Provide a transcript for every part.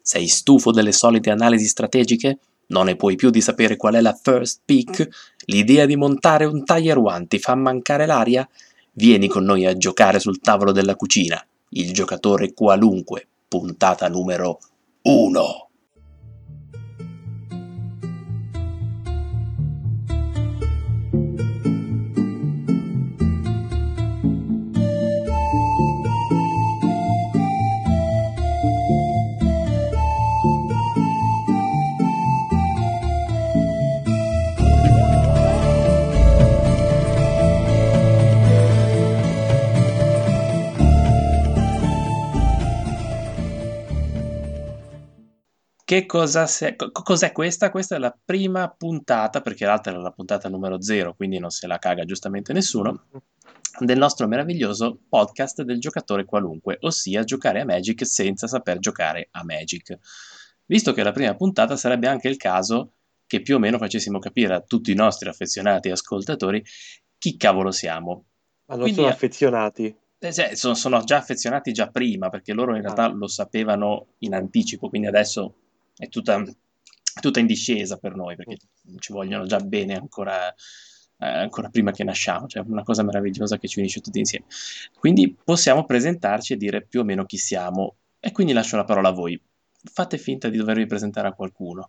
Sei stufo delle solite analisi strategiche? Non ne puoi più di sapere qual è la first pick? L'idea di montare un Tier 1 ti fa mancare l'aria? Vieni con noi a giocare sul tavolo della cucina. Il giocatore qualunque, puntata numero 1. Cos'è questa? Questa è la prima puntata, perché l'altra era la puntata numero 0, quindi non se la caga giustamente nessuno, del nostro meraviglioso podcast del giocatore qualunque, ossia giocare a Magic senza saper giocare a Magic. Visto che è la prima puntata, sarebbe anche il caso che più o meno facessimo capire a tutti i nostri affezionati ascoltatori chi cavolo siamo. Ma non Quindi sono affezionati. sono già affezionati già prima, perché loro in realtà lo sapevano in anticipo, quindi adesso è tutta in discesa per noi, perché ci vogliono già bene ancora prima che nasciamo, cioè una cosa meravigliosa che ci unisce tutti insieme. Quindi possiamo presentarci e dire più o meno chi siamo, e quindi lascio la parola a voi. Fate finta di dovervi presentare a qualcuno.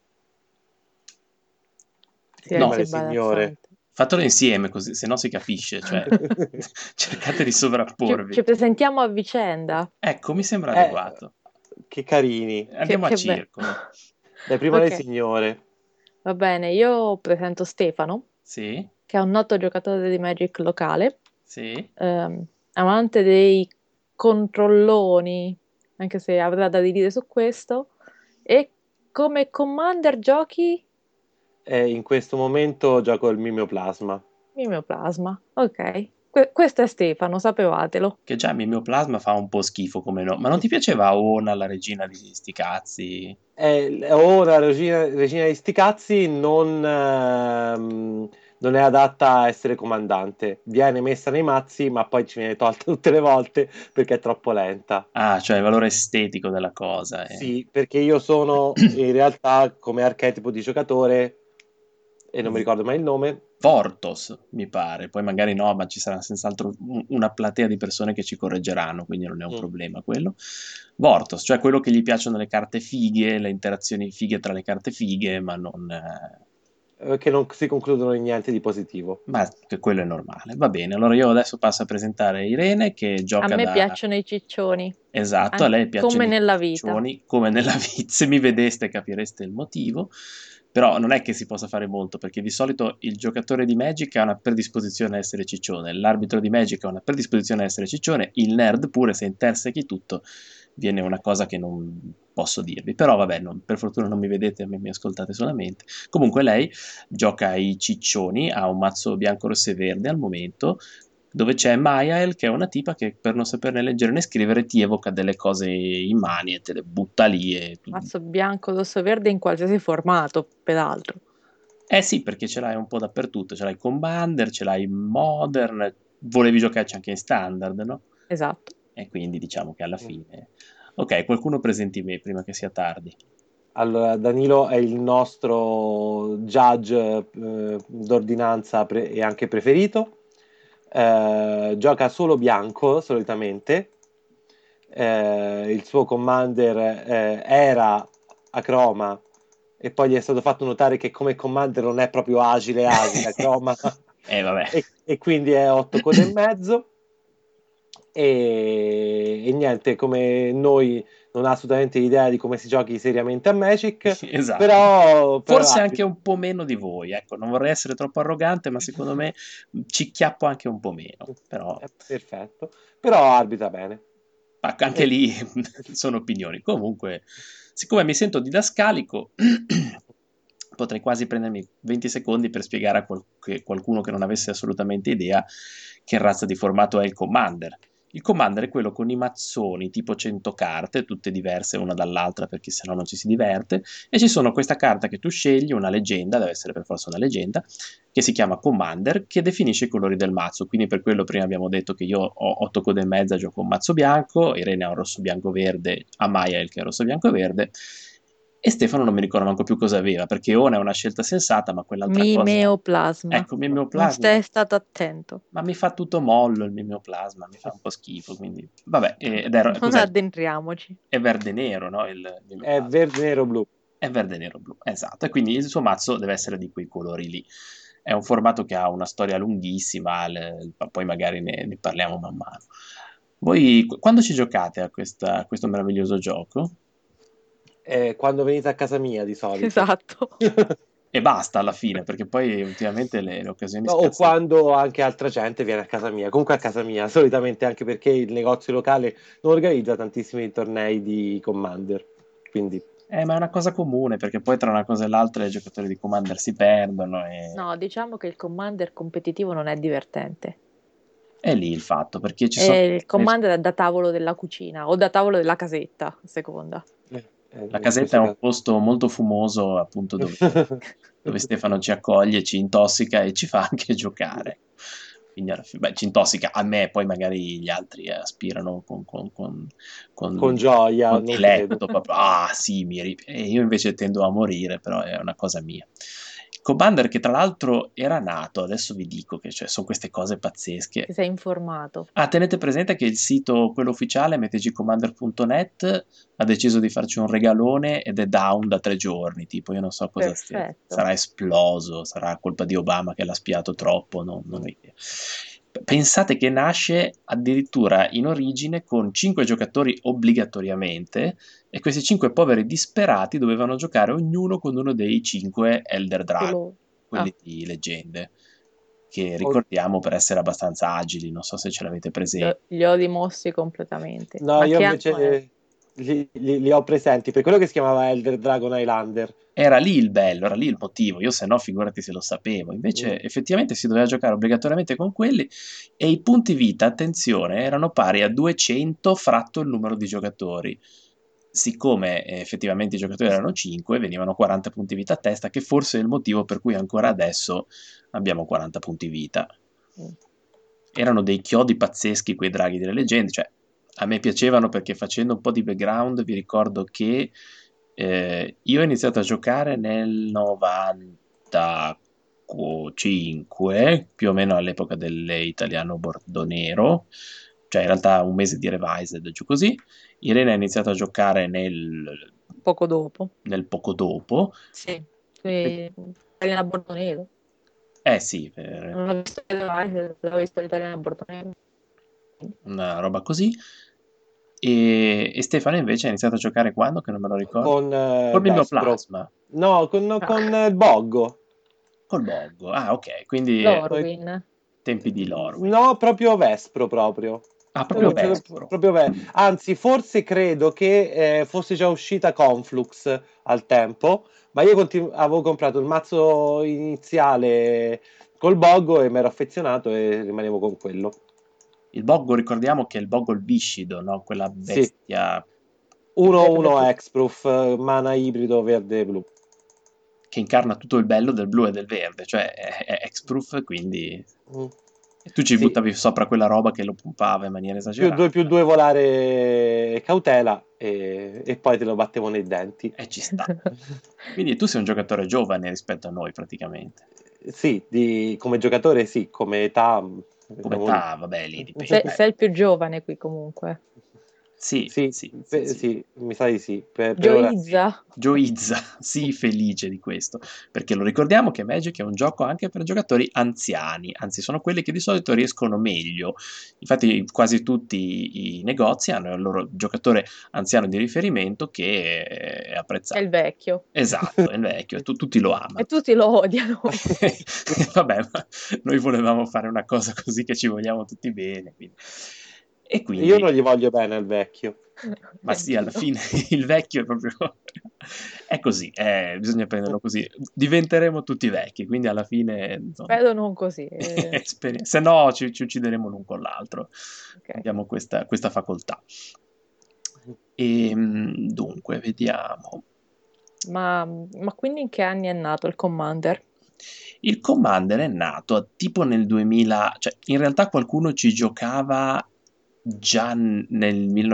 No, Prima le signore. fatelo insieme, così se no si capisce, cioè cercate di Ci sovrapporvi. presentiamo a vicenda. Ecco, mi sembra Eh, adeguato. che carini. Andiamo a Che bello. circolo. Dai, prima le Ok, signore. va bene. Io presento Stefano, Sì, che è un noto giocatore di Magic locale, sì. amante dei controlloni, anche se avrà da ridire su questo. E come Commander giochi In questo momento gioco il Mimeoplasma. Mimeoplasma. Ok, questo è Stefano, sapevatelo. Che già il Mimeoplasma fa un po' schifo come no. Ma non ti piaceva Ona, la regina di sti cazzi? Ora Regina di sti cazzi non è adatta a essere comandante. Viene messa nei mazzi, ma poi ci viene tolta tutte le volte perché è troppo lenta. Ah, cioè il valore estetico della cosa. Sì, perché io sono in realtà come archetipo di giocatore, e non mi ricordo mai il nome. Vortos, mi pare. Poi magari no, ma ci sarà senz'altro una platea di persone che ci correggeranno, quindi non è un problema quello. Vortos, cioè quello che gli piacciono le carte fighe, le interazioni fighe tra le carte fighe, ma non... Che non si concludono in niente di positivo. Ma che quello è normale. Va bene, allora io adesso passo a presentare Irene che A gioca me da... piacciono i ciccioni, Esatto, a lei piacciono come i nella vita. ciccioni, come nella vita. Se mi vedeste capireste il motivo. Però non è che si possa fare molto, perché di solito il giocatore di Magic ha una predisposizione a essere ciccione, l'arbitro di Magic ha una predisposizione a essere ciccione, il nerd pure, se intersechi tutto, viene una cosa che non posso dirvi. Però vabbè, per fortuna non mi vedete, mi ascoltate solamente. Comunque lei gioca ai ciccioni, ha un mazzo bianco, rosso e verde al momento, dove c'è Mayael, che è una tipa che per non saperne leggere né scrivere ti evoca delle cose in mani e te le butta lì e tu... Mazzo bianco, rosso, verde in qualsiasi formato, peraltro. Eh sì, perché ce l'hai un po' dappertutto, ce l'hai Commander, ce l'hai Modern, volevi giocarci anche in Standard, no? Esatto. E quindi diciamo che alla fine... Ok, qualcuno presenti me prima che sia tardi. Allora, Danilo è il nostro judge d'ordinanza e anche preferito. Gioca solo bianco solitamente. Il suo commander era a croma e poi gli è stato fatto notare che come commander non è proprio agile a croma Vabbè. e quindi è 8 code e mezzo. E niente, come noi non ha assolutamente idea di come si giochi seriamente a Magic, Esatto. però Forse anche un po' meno di voi, ecco, non vorrei essere troppo arrogante, ma secondo me ci chiappo anche un po' meno, però... è perfetto, però arbitra bene. Anche lì sono opinioni. Comunque, siccome mi sento didascalico, potrei quasi prendermi 20 secondi per spiegare a qualcuno che non avesse assolutamente idea che razza di formato è il Commander. Il Commander è quello con i mazzoni tipo 100 carte, tutte diverse una dall'altra perché sennò non ci si diverte, e ci sono questa carta che tu scegli, una leggenda, deve essere per forza una leggenda, che si chiama Commander, che definisce i colori del mazzo. Quindi per quello prima abbiamo detto che io ho 8 code e mezza, gioco un mazzo bianco, Irene ha un rosso bianco verde, Amaya è il che è rosso bianco e verde, e Stefano non mi ricordo manco più cosa aveva, perché Ona è una scelta sensata, ma quell'altra cosa... Mimeoplasma. Ecco, Non mimeoplasma. sei stato attento. Ma mi fa tutto mollo il mimeoplasma, mi fa un po' schifo, quindi... Vabbè, Non cos'è? addentriamoci. È verde-nero, no? Il È mimeoplasma. verde, nero, blu. È verde-nero-blu, esatto. E quindi il suo mazzo deve essere di quei colori lì. È un formato che ha una storia lunghissima, poi magari ne parliamo man mano. Voi quando ci giocate a questo meraviglioso gioco? Quando venite a casa mia di solito. Esatto. E basta alla fine, perché poi ultimamente le occasioni No, o scarseggiano. quando anche altra gente viene a casa mia, comunque a casa mia, solitamente anche perché il negozio locale non organizza tantissimi tornei di Commander, quindi Ma è una cosa comune, perché poi tra una cosa e l'altra i giocatori di Commander si perdono e No, diciamo che il Commander competitivo non è divertente. è lì il fatto, perché ci È sono... il Commander è da tavolo della cucina o da tavolo della casetta, a seconda. La in casetta è questo un caso. posto molto fumoso, appunto, dove Stefano ci accoglie, ci intossica e ci fa anche giocare. Quindi beh, ci intossica a me, poi magari gli altri aspirano Con con gioia, non credo. diletto, proprio, ah sì, e io invece tendo a morire, però è una cosa mia. Commander che tra l'altro era nato, adesso vi dico che cioè, sono queste cose pazzesche. Ti sei informato. Ah, tenete presente che il sito, quello ufficiale, mtgcommander.net, ha deciso di farci un regalone ed è down da 3 giorni, tipo io non so cosa stia, Perfetto. sarà esploso, sarà colpa di Obama che l'ha spiato troppo, non ho idea. Pensate che nasce addirittura in origine con 5 giocatori obbligatoriamente e questi 5 poveri disperati dovevano giocare ognuno con uno dei 5 Elder Dragon, Colore. quelli Ah, di leggende, che O- ricordiamo per essere abbastanza agili, non so se ce l'avete presente. li ho dimossi completamente. No, Ma io che anno è? invece li ho presenti, per quello che si chiamava Elder Dragon Highlander. Era lì il bello, era lì il motivo, io se no figurati se lo sapevo, Mm. invece effettivamente si doveva giocare obbligatoriamente con quelli e i punti vita, attenzione, erano pari a 200 fratto il numero di giocatori. Siccome effettivamente i giocatori erano 5, venivano 40 punti vita a testa, che forse è il motivo per cui ancora adesso abbiamo 40 punti vita. Mm. Erano dei chiodi pazzeschi quei draghi delle leggende, cioè a me piacevano perché facendo un po' di background vi ricordo che io ho iniziato a giocare nel 95, più o meno all'epoca dell'italiano Bordonero, cioè in realtà un mese di Revised, giù così. Irene ha iniziato a giocare Poco dopo. nel poco dopo. Sì. Italiana Bordonero. Eh sì, Non l'ho visto l'ho visto l'italiana Bordonero. una roba così. E Stefano invece ha iniziato a giocare quando, che non me lo ricordo. Con Col Vespro. mimeoplasma, No, con il Boggo. col Boggo. Ah, ok, quindi Poi- Lorwyn. tempi di Lorwyn. No, proprio Vespro proprio. Ah, proprio Vespro. Anzi, forse credo che fosse già uscita Conflux al tempo, ma io avevo comprato il mazzo iniziale col Boggo e mi ero affezionato e rimanevo con quello. Il Boggo, ricordiamo che è il Boggo il viscido, no? Quella Sì, bestia 1-1 Hexproof, mana ibrido verde e blu. che incarna tutto il bello del blu e del verde, cioè è Hexproof, quindi... Mm. E tu ci Sì, buttavi sopra quella roba che lo pompava in maniera esagerata. più 2 volare e cautela e poi te lo battevo nei denti. E ci sta. Quindi tu sei un giocatore giovane rispetto a noi, praticamente. Sì, come giocatore sì, come età Come siamo lì. età, vabbè, lì dipende. Sei il più giovane qui comunque. Sì, Sì, sì, sì, sì. sì, mi sa di sì. Per ora sì. Gioizza. Gioizza, sii felice di questo, perché lo ricordiamo che Magic è un gioco anche per giocatori anziani, anzi sono quelli che di solito riescono meglio. Infatti quasi tutti i negozi hanno il loro giocatore anziano di riferimento che è È apprezzato. il vecchio. Esatto, è il vecchio, e tutti lo E amano. tutti lo odiano. Vabbè, ma noi volevamo fare una cosa così che ci vogliamo tutti bene. Quindi. E quindi, Io non gli voglio bene al vecchio. ma sì, alla fine il vecchio è proprio è così, bisogna prenderlo così. Diventeremo tutti vecchi, quindi alla fine insomma, Spero non così. se no ci uccideremo l'un con l'altro. Ok. Abbiamo questa facoltà. Dunque, vediamo. Ma quindi in che anni è nato il Commander? Il Commander è nato tipo nel 2000, cioè in realtà qualcuno ci giocava già nel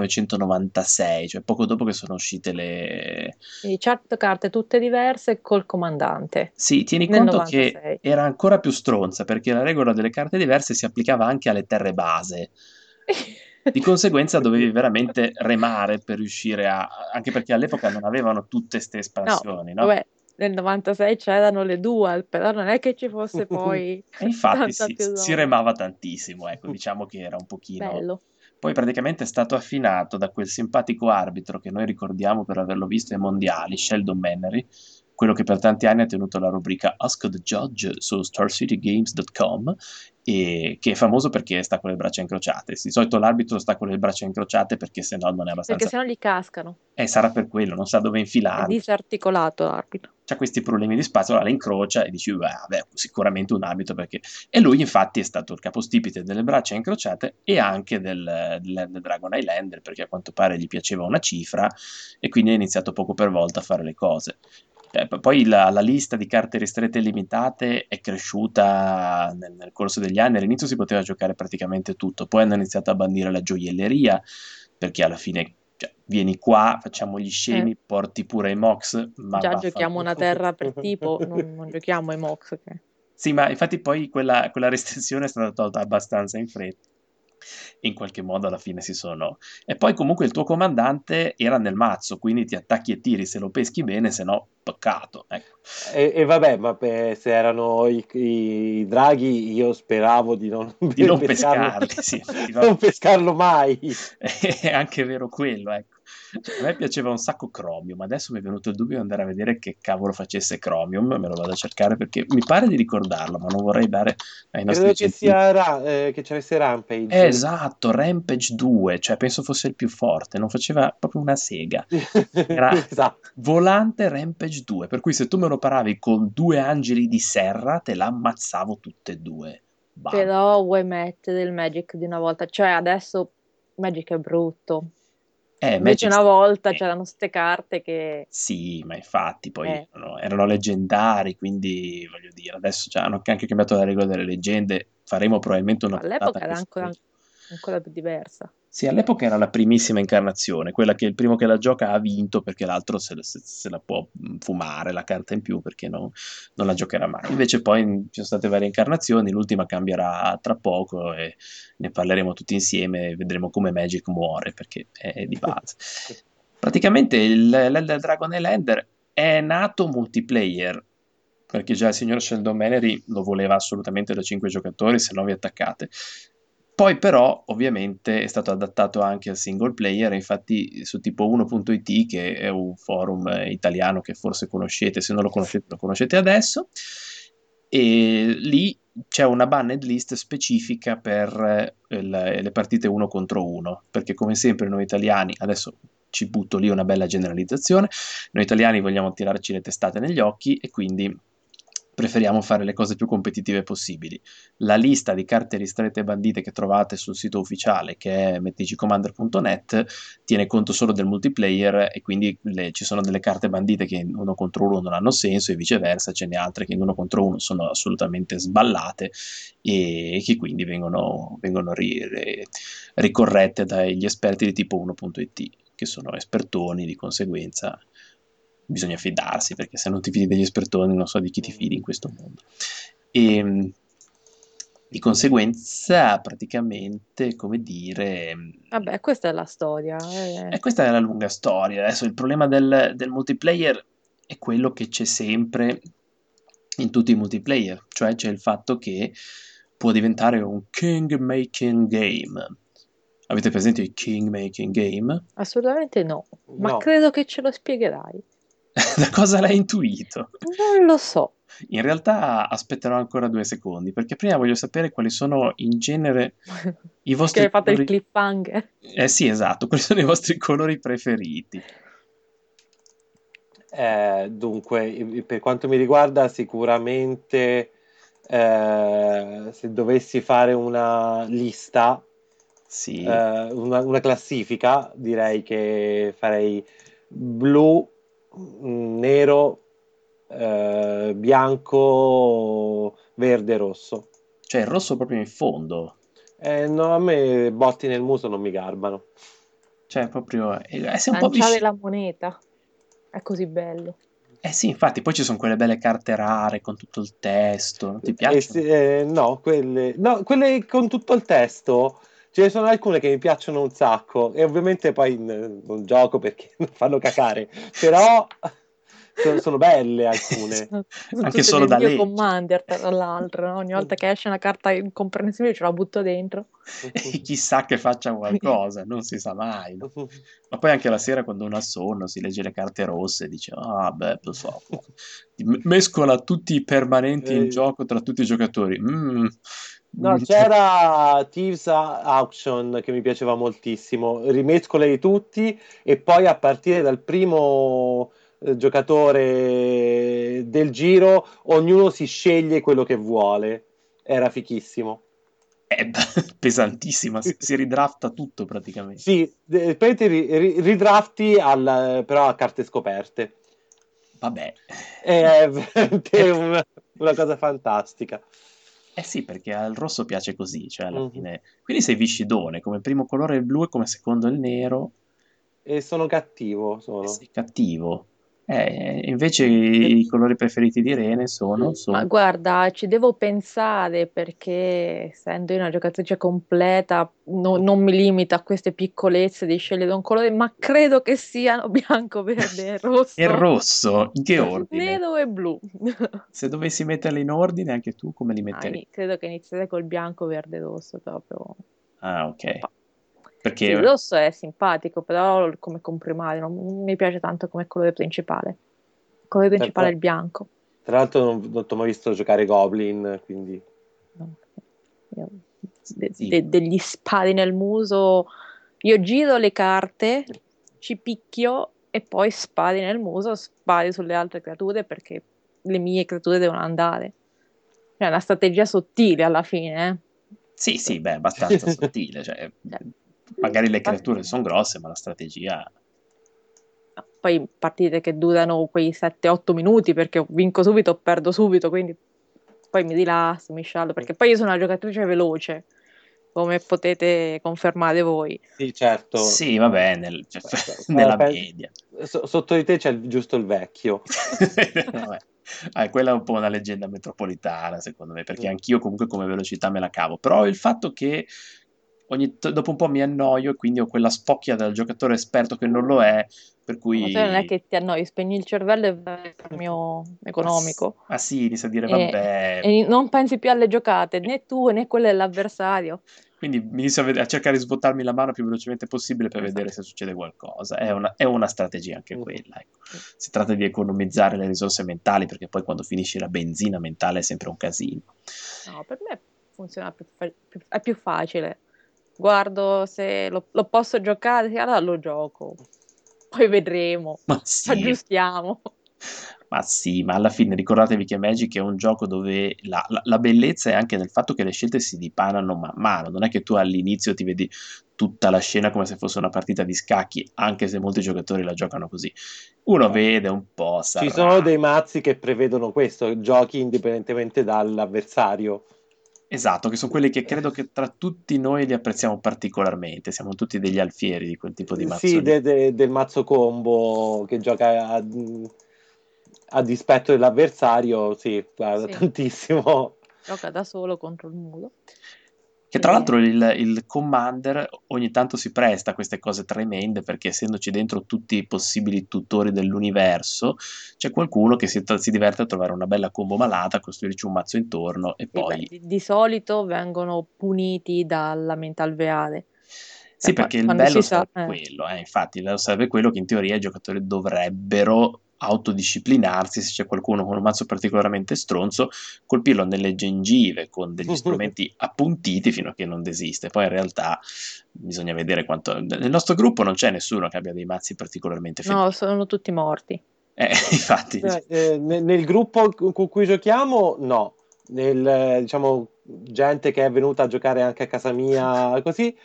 1996, cioè poco dopo che sono uscite le... Quindi 100 carte tutte diverse col comandante Sì, tieni nel conto che 96. era ancora più stronza perché la regola delle carte diverse si applicava anche alle terre base. Di conseguenza dovevi veramente remare per riuscire a... anche perché all'epoca non avevano tutte ste No, espansioni, no? vabbè, nel 96 c'erano le dual, però non è che ci fosse poi E infatti tanta più si roba. remava tantissimo, ecco, diciamo che era un pochino... Bello. Poi praticamente è stato affinato da quel simpatico arbitro che noi ricordiamo per averlo visto ai mondiali, Sheldon Mannery, quello che per tanti anni ha tenuto la rubrica Ask the Judge su StarCityGames.com e che è famoso perché sta con le braccia incrociate. Di solito l'arbitro sta con le braccia incrociate perché sennò non è Perché abbastanza... sennò gli cascano. Sarà per quello, non sa dove È infilarle. disarticolato l'arbitro. C'ha questi problemi di spazio, allora la incrocia e dici, "Beh, vabbè, sicuramente un arbitro perché... E lui infatti è stato il capostipite delle braccia incrociate e anche del Dragon Islander perché a quanto pare gli piaceva una cifra e quindi ha iniziato poco per volta a fare le cose. Poi la lista di carte ristrette e limitate è cresciuta nel corso degli anni. All'inizio si poteva giocare praticamente tutto, poi hanno iniziato a bandire la gioielleria perché alla fine cioè, vieni qua, facciamo gli Eh, scemi, porti pure i Mox, ma già vaffanculo. giochiamo una terra per tipo, non giochiamo ai Mox. Ok. Sì, ma infatti poi quella restrizione è stata tolta abbastanza in fretta. In qualche modo alla fine si sono... E poi comunque il tuo comandante era nel mazzo, quindi ti attacchi e tiri se lo peschi bene, se no peccato. Ecco. E vabbè, ma se erano i draghi, io speravo di non Di non pescarlo, pescarli, sì, non effettivamente. pescarlo mai. È anche vero quello, ecco. Cioè, a me piaceva un sacco Chromium, adesso mi è venuto il dubbio di andare a vedere che cavolo facesse Chromium, me lo vado a cercare perché mi pare di ricordarlo, ma non vorrei dare ai nostri Credo che gentili... sia che ci avesse Rampage. Esatto, Rampage 2, cioè penso fosse il più forte, non faceva proprio una sega. Era Esatto. volante Rampage 2, per cui se tu me lo paravi con due angeli di serra, te l'ammazzavo tutte e due. Bam. Però vuoi mettere il Magic di una volta, cioè adesso Magic è brutto. Invece Magic... una volta eh, c'erano ste carte che... Sì, ma infatti poi Eh, erano leggendari, quindi voglio dire, adesso hanno anche cambiato la regola delle leggende, faremo probabilmente una puntata all'epoca era anche su questo. ancora più diversa. Sì, all'epoca era la primissima incarnazione, quella che il primo che la gioca ha vinto perché l'altro se la può fumare la carta in più perché non la giocherà mai. Invece poi ci sono state varie incarnazioni, l'ultima cambierà tra poco e ne parleremo tutti insieme e vedremo come Magic muore perché è di base. Praticamente l'Elder Dragon Highlander è nato multiplayer perché già il signor Sheldon Mannery lo voleva assolutamente da 5 giocatori, se no vi attaccate. Poi però ovviamente è stato adattato anche al single player, infatti su tipo 1.it che è un forum italiano che forse conoscete, se non lo conoscete adesso, e lì c'è una banned list specifica per le partite uno contro uno, perché come sempre noi italiani, adesso ci butto lì una bella generalizzazione, noi italiani vogliamo tirarci le testate negli occhi e quindi preferiamo fare le cose più competitive possibili. La lista di carte ristrette e bandite che trovate sul sito ufficiale, che è mtgcommander.net, tiene conto solo del multiplayer e quindi ci sono delle carte bandite che in uno contro uno non hanno senso e viceversa, ce n'è altre che in uno contro uno sono assolutamente sballate e che quindi vengono ricorrette dagli esperti di tipo 1.it, che sono espertoni, di conseguenza bisogna fidarsi, perché se non ti fidi degli espertoni non so di chi ti fidi in questo mondo. E di conseguenza, praticamente, come dire... Vabbè, questa è la storia. E questa è la lunga storia. Adesso il problema del multiplayer è quello che c'è sempre in tutti i multiplayer, cioè c'è il fatto che può diventare un king making game. Avete presente il king making game? Assolutamente no, ma No. credo che ce lo spiegherai. Da cosa l'hai intuito? Non lo so. In realtà aspetterò ancora 2 secondi, perché prima voglio sapere quali sono in genere i Che hai vostri fatto il colori. cliffhanger. Sì, esatto, quali sono i vostri colori preferiti? Dunque, per quanto mi riguarda, sicuramente se dovessi fare una lista, Sì, una classifica, direi che farei blu, nero, bianco, verde, rosso. cioè il rosso proprio in fondo, No, a me botti nel muso non mi garbano. cioè proprio. Sei un po' Lanciare vicino. la moneta. È così bello. Eh sì, infatti, poi ci sono quelle belle carte rare con tutto il testo, non ti piacciono? No, quelle con tutto il testo, ce ne sono alcune che mi piacciono un sacco e ovviamente poi non gioco perché non fanno cacare, però sono belle alcune. Sono Anche tutte solo nel da mio leggere. Commander, tra l'altro, no? Ogni volta che esce una carta incomprensibile ce la butto dentro. E chissà che faccia qualcosa, non si sa mai, no? Ma poi anche la sera quando uno ha sonno si legge le carte rosse e dice, ah beh, lo so, mescola tutti i permanenti in Eh, gioco tra tutti i giocatori. No, Cioè, c'era Thieves Auction che mi piaceva moltissimo, rimescolai tutti e poi a partire dal primo giocatore del giro ognuno si sceglie quello che vuole. Era fichissimo. è pesantissima, si ridrafta tutto praticamente. Sì, poi ti ridrafti però a carte scoperte. Vabbè. È veramente Eh, una cosa fantastica. sì, perché al rosso piace così, cioè alla Mhm. fine. Quindi sei viscidone, come primo colore il blu e come secondo il nero, E sono cattivo, e sono. sei cattivo. Invece i colori preferiti di Rene Ma sono. guarda, ci devo pensare perché essendo io una giocatrice completa non mi limito a queste piccolezze di scegliere un colore, ma credo che siano bianco, verde e E rosso, rosso, in che ordine? nero e blu. Se dovessi metterli in ordine, anche tu come li Ah, metteresti? credo che inizierei col bianco, verde e rosso proprio. Ah, ok. Pa- Sì, il Perché. rosso è simpatico, però come comprimario non mi piace tanto come colore principale. Il colore Tra, principale è tra- il bianco. tra l'altro non ti ho mai visto giocare Goblin, quindi. No. Io- Sì, degli spari nel muso. Io giro le carte, ci picchio e poi spari nel muso, spari sulle altre creature perché le mie creature devono andare. È una strategia sottile alla fine, sì, sì, beh, abbastanza sottile. Cioè, Cioè, magari le fa- creature sono grosse, ma la strategia. no, poi partite che durano quei 7-8 minuti perché vinco subito o perdo subito, quindi poi mi rilasso, mi sciallo, perché poi io sono una giocatrice veloce, come potete confermare voi. Sì, certo. Sì, vabbè, cioè, nella Pe- media. Sotto di te c'è giusto il vecchio. Vabbè. Quella è un po' una leggenda metropolitana, secondo me, perché anch'io comunque come velocità me la cavo. Però il fatto che dopo un po' mi annoio e quindi ho quella spocchia del giocatore esperto che non lo è, per Ma te non è cui. che ti annoi, spegni il cervello e vai al risparmio economico. Ma sì, inizio a dire E, vabbè. e non pensi più alle giocate, né tu né quelle dell'avversario. Quindi mi inizio a cercare di sbottarmi la mano il più velocemente possibile per vedere Esatto. se succede qualcosa. È una strategia anche quella, ecco. Si tratta di economizzare le risorse mentali perché poi quando finisci la benzina mentale è sempre un casino. No, per me funziona è più facile. Guardo se lo posso giocare, sì, allora lo gioco. Poi vedremo, Ma ci sì, aggiustiamo. ma sì, ma alla fine ricordatevi che Magic è un gioco dove la bellezza è anche nel fatto che le scelte si dipanano man mano. Non è che tu all'inizio ti vedi tutta la scena come se fosse una partita di scacchi, anche se molti giocatori la giocano così. Uno vede un po', Ci sono sarà. dei mazzi che prevedono questo, giochi indipendentemente dall'avversario. Esatto, che sono quelli che credo che tra tutti noi li apprezziamo particolarmente. Siamo tutti degli alfieri di quel tipo di mazzo Sì, lì. del mazzo combo che gioca a dispetto dell'avversario, sì, guarda, Sì, tantissimo. gioca da solo contro il muro. Che tra l'altro il Commander ogni tanto si presta a queste cose tremende perché essendoci dentro tutti i possibili tutori dell'universo, c'è qualcuno che si diverte a trovare una bella combo malata, costruirci un mazzo intorno e Sì, beh, poi. di solito vengono puniti dalla mente alveare. Sì, Cioè, perché il quando bello si sa, sarebbe quello, infatti, il bello sarebbe quello che in teoria i giocatori dovrebbero autodisciplinarsi, se c'è qualcuno con un mazzo particolarmente stronzo, colpirlo nelle gengive con degli strumenti appuntiti fino a che non desiste. Poi in realtà bisogna vedere quanto... Nel nostro gruppo non c'è nessuno che abbia dei mazzi particolarmente No, felici. sono tutti morti. Infatti. Nel gruppo con cui giochiamo, no. Diciamo, gente che è venuta a giocare anche a casa mia, così,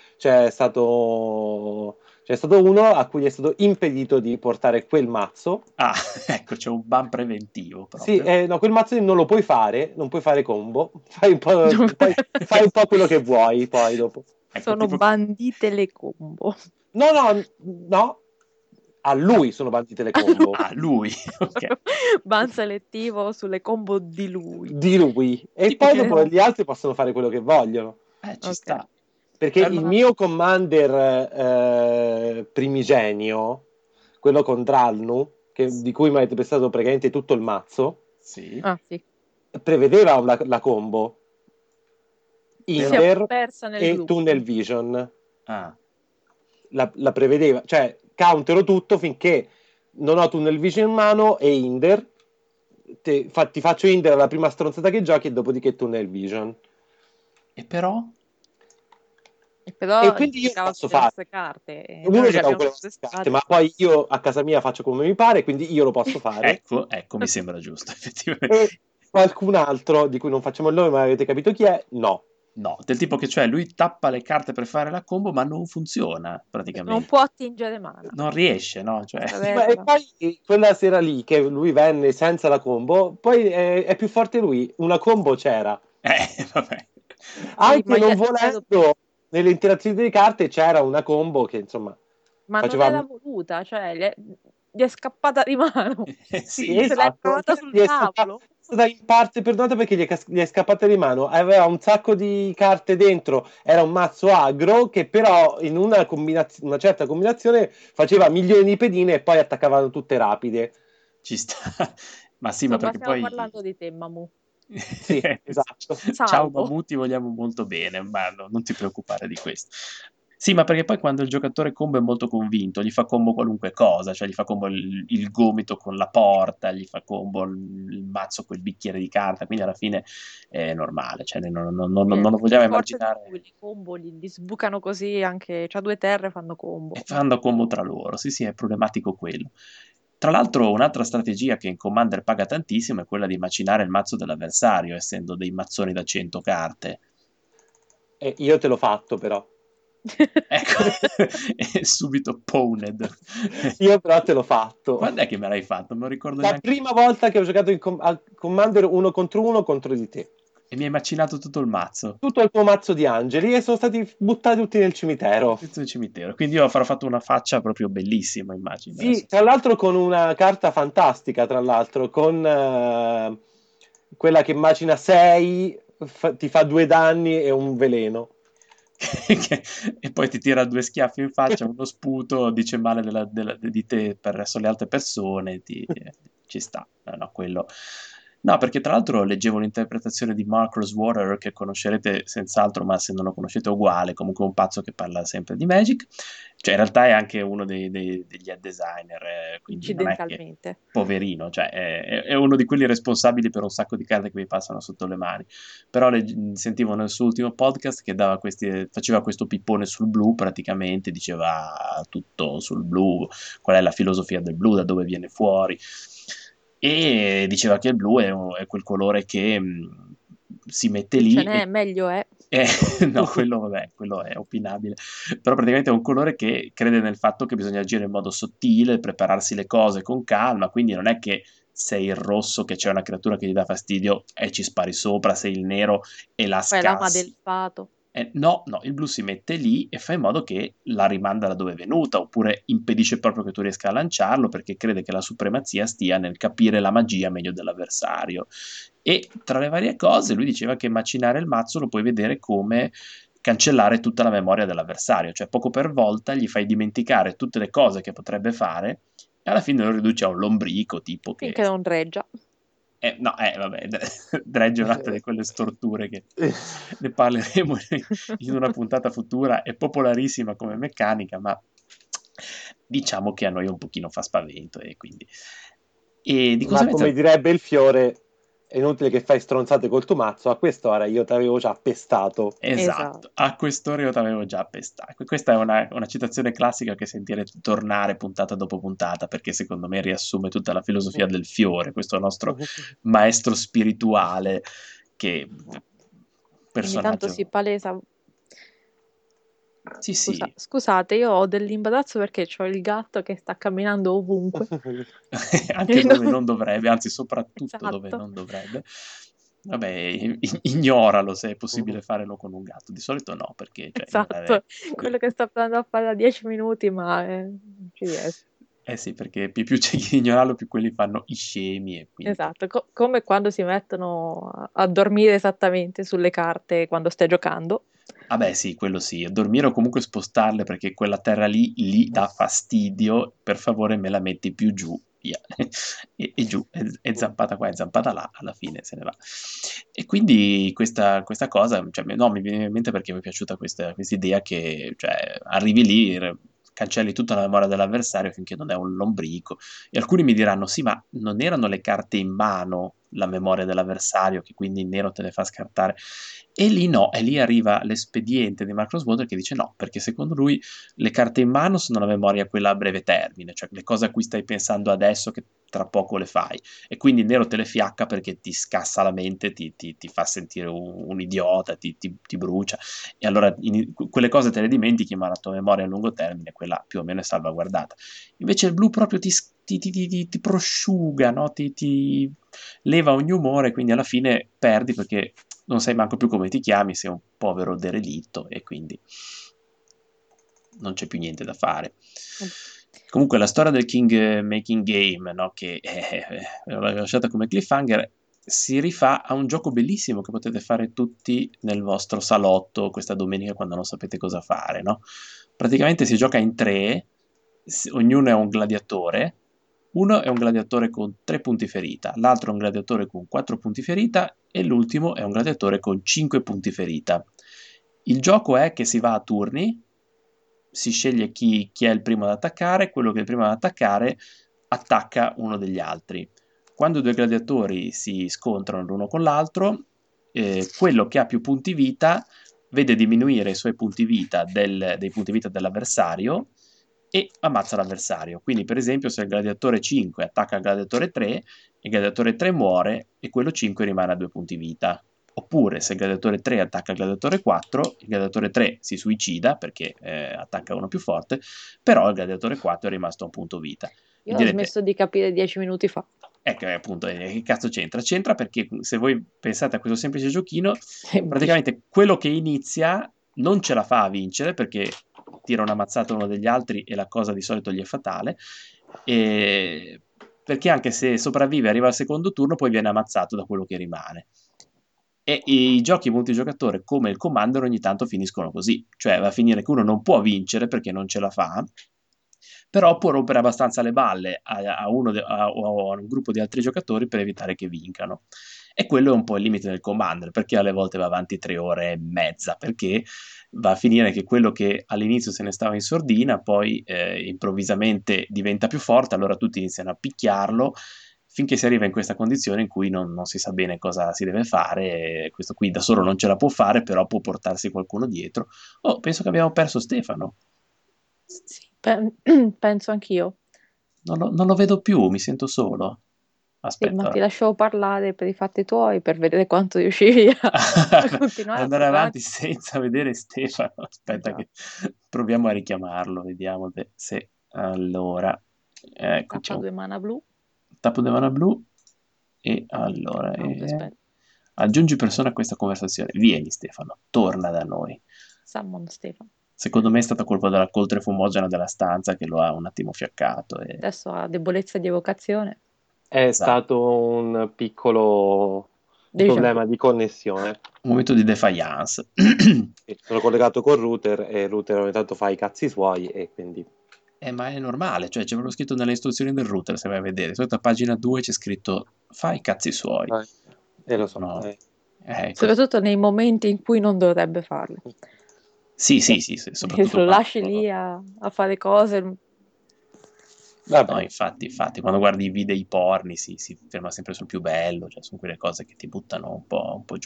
c'è stato uno a cui è stato impedito di portare quel mazzo. Ah, ecco, c'è un ban preventivo Sì, proprio. no, quel mazzo non lo puoi fare, non puoi fare combo, fai un po' quello che vuoi poi dopo. Ecco, Sono tipo... bandite le combo. No, no, no, a lui sono bandite le combo. Ah, lui, ok. Ban selettivo sulle combo di lui. Di lui. E Tipo poi che... dopo gli altri possono fare quello che vogliono. Ci Ok. sta. Perché il Allora... mio commander primigenio, quello con Dralnu, di cui mi avete prestato praticamente tutto il mazzo, Sì. Ah, sì. prevedeva la combo Si è Inder persa nel e gruppo. Tunnel Vision. Ah, La prevedeva, cioè countero tutto finché non ho Tunnel Vision in mano e Inder. Ti faccio Inder alla prima stronzata che giochi e dopodiché Tunnel Vision. e però... E però E quindi io giocava posso con le fare. nostre carte. E Uno noi le giocava abbiamo con le vostre prestate. carte, ma poi io a casa mia faccio come mi pare, quindi io lo posso fare. Ecco, mi sembra giusto, effettivamente. E qualcun altro, di cui non facciamo il nome, ma avete capito chi è? No. No, del tipo che cioè lui tappa le carte per fare la combo, ma non funziona Non praticamente. può attingere mana. Non riesce, no? Cioè... E poi quella sera lì che lui venne senza la combo, poi è più forte lui. Una combo c'era. Vabbè. Anche ma non io credo- volendo, nelle interazioni delle carte c'era una combo che insomma Ma non faceva. era voluta, cioè gli è scappata di mano. Sì, Sì, Se l'hai esatto. trovata Cioè, sul gli è tavolo. stata in parte perdonata perché gli è scappata di mano. Aveva un sacco di carte dentro, era un mazzo agro che però in una certa combinazione faceva milioni di pedine e poi attaccavano tutte rapide. ci sta. Ma sì, ma Insomma, perché stiamo poi... parlando di te, Mamu. Sì, esatto. Ciao Salvo. Mamù, ti vogliamo molto bene, ma non ti preoccupare di questo. Sì, ma perché poi quando il giocatore combo è molto convinto, gli fa combo qualunque cosa, cioè gli fa combo il gomito con la porta, gli fa combo il mazzo con il bicchiere di carta, quindi alla fine è normale, cioè non lo vogliamo Forse di immaginare. lui, le combo li sbucano così anche, c'ha 2 terre e fanno combo. E fanno combo tra loro, sì, è problematico quello. Tra l'altro, un'altra strategia che in Commander paga tantissimo è quella di macinare il mazzo dell'avversario, essendo dei mazzoni da 100 carte. E io te l'ho fatto però. Ecco, e subito pwned. Io però te l'ho fatto. Quando è che me l'hai fatto? Non ricordo La neanche. prima volta che ho giocato a Commander uno contro di te. E mi hai macinato tutto il mazzo. Tutto il tuo mazzo di angeli e sono stati buttati tutti nel cimitero. Tutto il cimitero. Quindi io avrò fatto una faccia proprio bellissima, immagino. Sì, tra l'altro con una carta fantastica, tra l'altro, con quella che macina 6, ti fa 2 danni e un veleno. E poi ti tira 2 schiaffi in faccia, uno sputo, dice male di te verso le altre persone, ci sta. No, quello... No, perché tra l'altro leggevo l'interpretazione di Mark Rosewater, che conoscerete senz'altro, ma se non lo conoscete è uguale, comunque un pazzo che parla sempre di Magic. Cioè, in realtà è anche uno degli head designer, quindi non è che Incidentalmente. poverino, cioè è uno di quelli responsabili per un sacco di carte che vi passano sotto le mani. Però sentivo nel suo ultimo podcast che faceva questo pippone sul blu, praticamente diceva tutto sul blu, qual è la filosofia del blu, da dove viene fuori, e diceva che il blu è quel colore che si mette Più lì ce n'è, meglio è. no, quello è opinabile, però praticamente è un colore che crede nel fatto che bisogna agire in modo sottile, prepararsi le cose con calma, quindi non è che sei il rosso che c'è una creatura che gli dà fastidio e ci spari sopra, sei il nero e la Poi l'ama scassi. del fato. No, il blu si mette lì e fa in modo che la rimanda da dove è venuta, oppure impedisce proprio che tu riesca a lanciarlo perché crede che la supremazia stia nel capire la magia meglio dell'avversario. E tra le varie cose lui diceva che macinare il mazzo lo puoi vedere come cancellare tutta la memoria dell'avversario, cioè poco per volta gli fai dimenticare tutte le cose che potrebbe fare e alla fine lo riduci a un lombrico tipo che... Finché non reggia. No, vabbè, Dredge è un'altra di quelle storture che ne parleremo in una puntata futura, è popolarissima come meccanica, ma diciamo che a noi un pochino fa spavento e quindi E di Ma come conseguenza direbbe il fiore, è inutile che fai stronzate col tuo mazzo, a quest'ora io ti avevo già pestato. Esatto. esatto, a quest'ora io t'avevo già pestato. Questa è una citazione classica che sentirete tornare puntata dopo puntata, perché secondo me riassume tutta la filosofia del fiore, questo nostro maestro spirituale che Ogni tanto si personaggio. palesa. Sì, sì, Scusate, io ho dell'imbarazzo perché ho il gatto che sta camminando ovunque. anche E dove non- non dovrebbe, anzi soprattutto dove Esatto, non dovrebbe. Vabbè, ignoralo se è possibile farlo con un gatto. Di solito no, perché cioè, ignorare. esatto. Quello che sto provando a fare da 10 minuti, ma non ci riesco. Eh sì, perché più c'è chi ignorarlo, più quelli fanno i scemi e quindi poi. Esatto, come quando si mettono a dormire esattamente sulle carte quando stai giocando. Ah beh sì, quello sì, dormire o comunque spostarle perché quella terra lì dà fastidio, per favore me la metti più giù, via. E giù, e zampata qua e zampata là, alla fine se ne va. E quindi questa cosa, cioè, no, mi viene in mente perché mi è piaciuta questa idea che cioè, arrivi lì, cancelli tutta la memoria dell'avversario finché non è un lombrico. E alcuni mi diranno, sì, ma non erano le carte in mano la memoria dell'avversario, che quindi il nero te le fa scartare. E lì no, e lì arriva l'espediente di Marcus Water che dice no, perché secondo lui le carte in mano sono la memoria quella a breve termine, cioè le cose a cui stai pensando adesso che tra poco le fai. E quindi il nero te le fiacca perché ti scassa la mente, ti fa sentire un idiota, ti brucia. E allora quelle cose te le dimentichi, ma la tua memoria a lungo termine, quella più o meno è salvaguardata. Invece il blu proprio ti prosciuga, no? Ti leva ogni umore, quindi alla fine perdi perché non sai manco più come ti chiami, sei un povero derelitto e quindi non c'è più niente da fare. Comunque la storia del King Making Game, no, che l'ho lasciata come cliffhanger, si rifà a un gioco bellissimo che potete fare tutti nel vostro salotto questa domenica quando non sapete cosa fare, no? Praticamente si gioca in tre, ognuno è un gladiatore, uno è un gladiatore con 3 punti ferita, l'altro è un gladiatore con 4 punti ferita e l'ultimo è un gladiatore con 5 punti ferita. Il gioco è che si va a turni, si sceglie chi è il primo ad attaccare, quello che è il primo ad attaccare attacca uno degli altri. Quando i due gladiatori si scontrano l'uno con l'altro, quello che ha più punti vita vede diminuire i suoi punti vita dei punti vita dell'avversario e ammazza l'avversario. Quindi, per esempio, se il gladiatore 5 attacca il gladiatore 3, il gladiatore 3 muore e quello 5 rimane a 2 punti vita. Oppure se il gladiatore 3 attacca il gladiatore 4, il gladiatore 3 si suicida perché attacca uno più forte, però il gladiatore 4 è rimasto a un punto vita. Mi Io ho direte, smesso di capire 10 minuti fa. ecco appunto, che cazzo c'entra? C'entra perché se voi pensate a questo semplice giochino, Semplice. praticamente quello che inizia non ce la fa a vincere perché tira una mazzata a uno degli altri e la cosa di solito gli è fatale, e perché anche se sopravvive e arriva al secondo turno poi viene ammazzato da quello che rimane. E i giochi multigiocatore come il Commander ogni tanto finiscono così, cioè va a finire che uno non può vincere perché non ce la fa, però può rompere abbastanza le balle o a un gruppo di altri giocatori per evitare che vincano. E quello è un po' il limite del Commander, perché alle volte va avanti 3 ore e mezza, perché va a finire che quello che all'inizio se ne stava in sordina, poi improvvisamente diventa più forte, allora tutti iniziano a picchiarlo, finché si arriva in questa condizione in cui non si sa bene cosa si deve fare, questo qui da solo non ce la può fare, però può portarsi qualcuno dietro. Oh, penso che abbiamo perso Stefano. Sì, penso anch'io. Non lo vedo più, mi sento solo. Sì, ma ti Aspetta, lascio parlare per i fatti tuoi per vedere quanto riuscivi a continuare a andare portare avanti senza vedere Stefano. Aspetta avanti. che proviamo a richiamarlo, vediamo se. Allora, ecco, c'è Tappa un 2 mana blu. tappo di mana blu e allora Aspetta. aggiungi persona a questa conversazione. Vieni Stefano, torna da noi. Summon Stefano. Secondo me è stata colpa della coltre fumogena della stanza che lo ha un attimo fiaccato. Adesso ha debolezza di evocazione. È Esatto. stato un piccolo Déjà vu. problema di connessione. Un momento di defiance. Sono collegato col router e il router ogni tanto fa i cazzi suoi e quindi. Ma è normale, cioè c'è proprio scritto nelle istruzioni del router, se vai a vedere. Sotto a pagina 2 c'è scritto fai i cazzi suoi. Eh, lo so. No, è così. Soprattutto nei momenti in cui non dovrebbe farlo. Sì, sì, sì, sì, soprattutto Lo quando. lasci lì a fare cose. Vabbè. No, infatti, quando guardi i video i porni si ferma sempre sul più bello, cioè sono quelle cose che ti buttano un po' giù.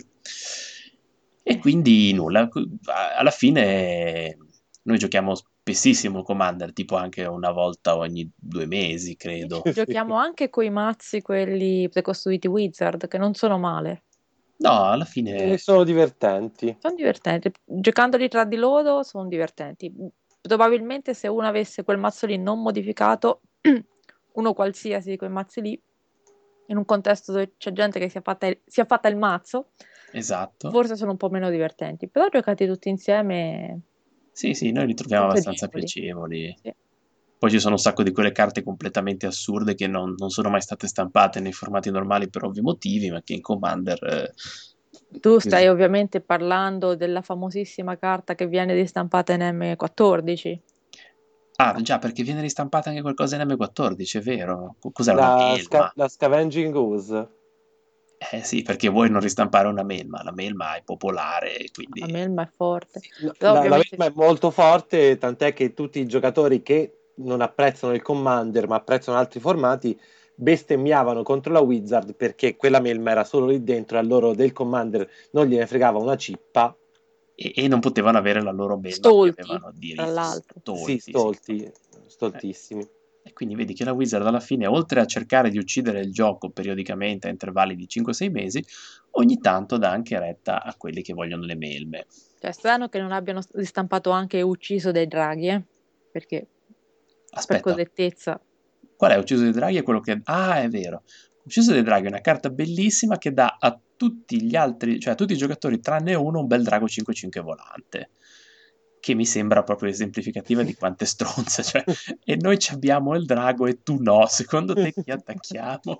E quindi nulla, alla fine noi giochiamo spessissimo Commander, tipo anche una volta ogni 2 mesi, credo. Giochiamo anche coi mazzi, quelli precostruiti Wizard, che non sono male. No, alla E fine sono divertenti. Sono divertenti. Giocandoli tra di loro sono divertenti. Probabilmente se uno avesse quel mazzo lì non modificato, uno qualsiasi di quei mazzi lì, in un contesto dove c'è gente che si è fatta il mazzo, esatto. forse sono un po' meno divertenti. Però giocati tutti insieme Sì, noi li troviamo sono abbastanza piacevoli. piacevoli. Sì. Poi ci sono un sacco di quelle carte completamente assurde che non sono mai state stampate nei formati normali per ovvi motivi, ma che in Commander... Tu stai ovviamente parlando della famosissima carta che viene ristampata in M14. Ah, già, perché viene ristampata anche qualcosa in M14, è vero? Cos'è una melma? La Scavenging Ooze. Sì, perché vuoi non ristampare una melma, la melma è popolare, A quindi... me il ma è forte. Però La ovviamente melma è molto forte, tant'è che tutti i giocatori che non apprezzano il Commander ma apprezzano altri formati bestemmiavano contro la Wizard perché quella melma era solo lì dentro e a loro del Commander non gliene fregava una cippa. E non potevano avere la loro melma a cui stolti, avevano tra diritto. l'altro. Sì, Stolti, sì. stolti, Eh. stoltissimi. E quindi vedi che la Wizard alla fine, oltre a cercare di uccidere il gioco periodicamente a intervalli di 5-6 mesi, ogni tanto dà anche retta a quelli che vogliono le melme. Cioè, è strano che non abbiano ristampato anche Ucciso dai draghi, perché per Aspetta, correttezza. qual è Ucciso dei Draghi? È quello che... Ah, è vero. Ucciso dei Draghi è una carta bellissima che dà a tutti gli altri, cioè a tutti i giocatori tranne uno, un bel drago 5-5 volante. Che mi sembra proprio esemplificativa di quante stronze, cioè, e noi ci abbiamo il drago e tu no, secondo te chi attacchiamo?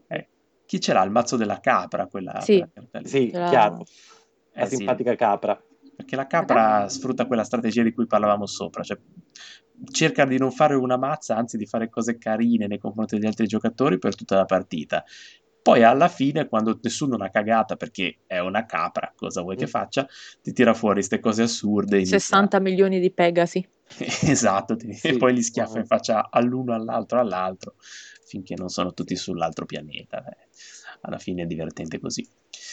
Chi ce l'ha? Il mazzo della capra, quella Sì, carta lì. Sì, ce chiaro. l'ha. La Sì, simpatica capra. perché la La capra? capra sfrutta quella strategia di cui parlavamo sopra, cioè cerca di non fare una mazza, anzi di fare cose carine nei confronti degli altri giocatori per tutta la partita. Poi alla fine, quando nessuno l'ha cagata perché è una capra, cosa vuoi che faccia, ti tira fuori queste cose assurde e inizia... 60 milioni di Pegasi. Esatto, e Sì, poi li schiaffa in faccia all'uno, all'altro, finché non sono tutti sull'altro pianeta. Alla fine è divertente così.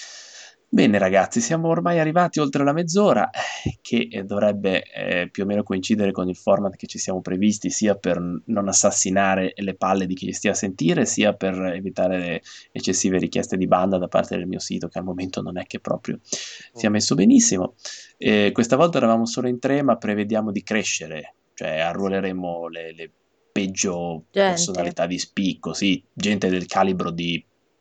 Bene ragazzi, siamo ormai arrivati oltre la mezz'ora, che dovrebbe più o meno coincidere con il format che ci siamo previsti, sia per non assassinare le palle di chi ci stia a sentire, sia per evitare le eccessive richieste di banda da parte del mio sito, che al momento non è che proprio sia messo benissimo. Questa volta eravamo solo in 3, ma prevediamo di crescere, cioè arruoleremo le peggio Gente. personalità di spicco, sì, gente del calibro di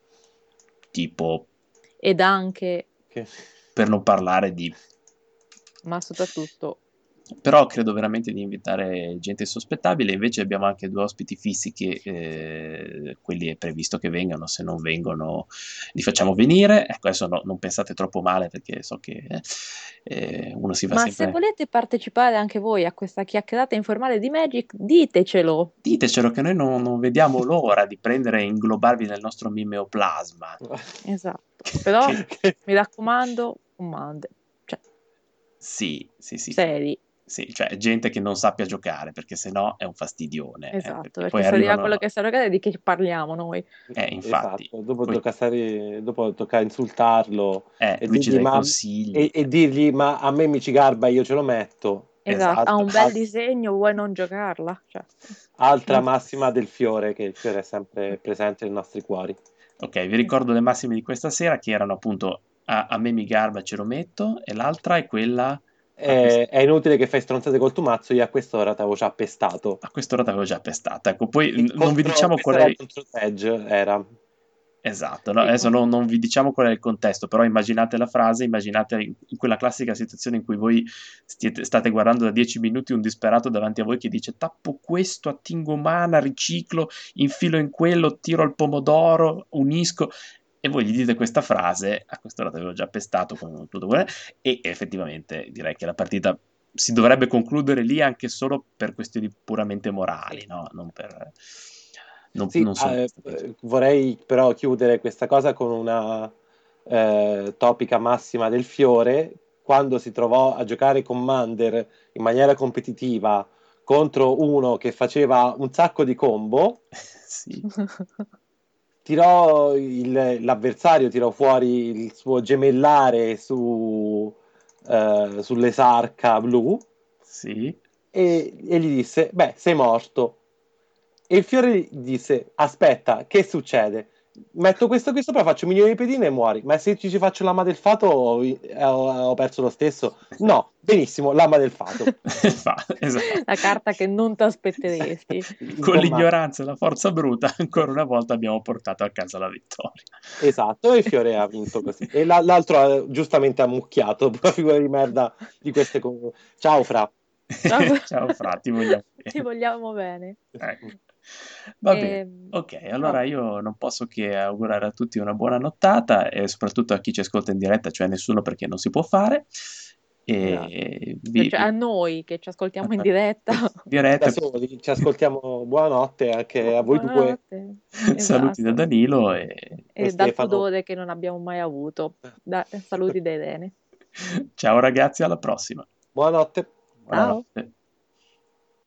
tipo, Ed anche, Che- per non parlare di... ma soprattutto, Però credo veramente di invitare gente insospettabile, invece abbiamo anche 2 ospiti fissi che quelli è previsto che vengano, se non vengono li facciamo venire. Ecco, adesso non pensate troppo male perché so che uno si va ma se sempre... volete partecipare anche voi a questa chiacchierata informale di Magic, ditecelo. Ditecelo che noi non vediamo l'ora di prendere e inglobarvi nel nostro mimeoplasma. Esatto. Però che- mi raccomando, comande. Cioè, Sì. seri. Sì, cioè gente che non sappia giocare, perché sennò è un fastidione, Esatto, perché perché poi se arriva quello arrivano... che sa giocare di che parliamo noi. Infatti, Esatto, dopo poi dopo tocca insultarlo e lui ci dirgli dà i consigli. e dirgli ma a me mi ci garba, io ce lo metto. Esatto, ha Esatto. un bel disegno, vuoi non giocarla? Cioè, Altra non- massima del fiore, che il fiore è sempre presente nei nostri cuori. Ok, vi ricordo le massime di questa sera che erano appunto a me mi garba ce lo metto e l'altra è quella È inutile che fai stronzate col tumazzo, io a quest'ora t'avevo già pestato. a quest'ora t'avevo già pestata. Ecco, poi non vi Contro, diciamo questo qual era è... contro Edge, era. Esatto, no? Adesso non vi diciamo qual è il contesto, però immaginate la frase, immaginate in quella classica situazione in cui voi state guardando da 10 minuti un disperato davanti a voi che dice tappo questo, attingo mana, riciclo, infilo in quello, tiro al pomodoro, unisco, e voi gli dite questa frase, a quest'ora ti avevo già pestato con tutto quello, e effettivamente direi che la partita si dovrebbe concludere lì anche solo per questioni puramente morali, no? Non per... Sì, non solo per strategia. vorrei però chiudere questa cosa con una topica massima del fiore. Quando si trovò a giocare Commander in maniera competitiva contro uno che faceva un sacco di combo, Sì, l'avversario tirò fuori il suo gemellare sull'esarca blu sì. e gli disse: Beh, sei morto. E il fiore gli disse: Aspetta, che succede? Metto questo qui sopra, faccio un milione di pedine e muori. Ma se ci faccio lama del fato, ho perso lo stesso. No, benissimo, lama del fato. Esatto. La carta che non ti aspetteresti. In Con combattimento. l'ignoranza e la forza bruta, ancora una volta abbiamo portato a casa la vittoria. Esatto, e il fiore ha vinto così. E l'altro ha giustamente ammucchiato, una figura di merda di queste cose. Ciao, Fra. Ciao. Ciao Fra, ti vogliamo Ti bene. vogliamo bene. Ecco. Va bene, Ehm, ok, allora no, io non posso che augurare a tutti una buona nottata e soprattutto a chi ci ascolta in diretta, cioè nessuno perché non si può fare. esatto. E Cioè, a noi che ci ascoltiamo in diretta, Da diretta, soli, ci ascoltiamo. Buonanotte anche a voi due buonanotte. saluti da Esatto. Danilo e E dal Stefano. pudore che non abbiamo mai avuto. Saluti da Irene. ciao ragazzi, alla prossima. Buonanotte. Ciao. Buonanotte.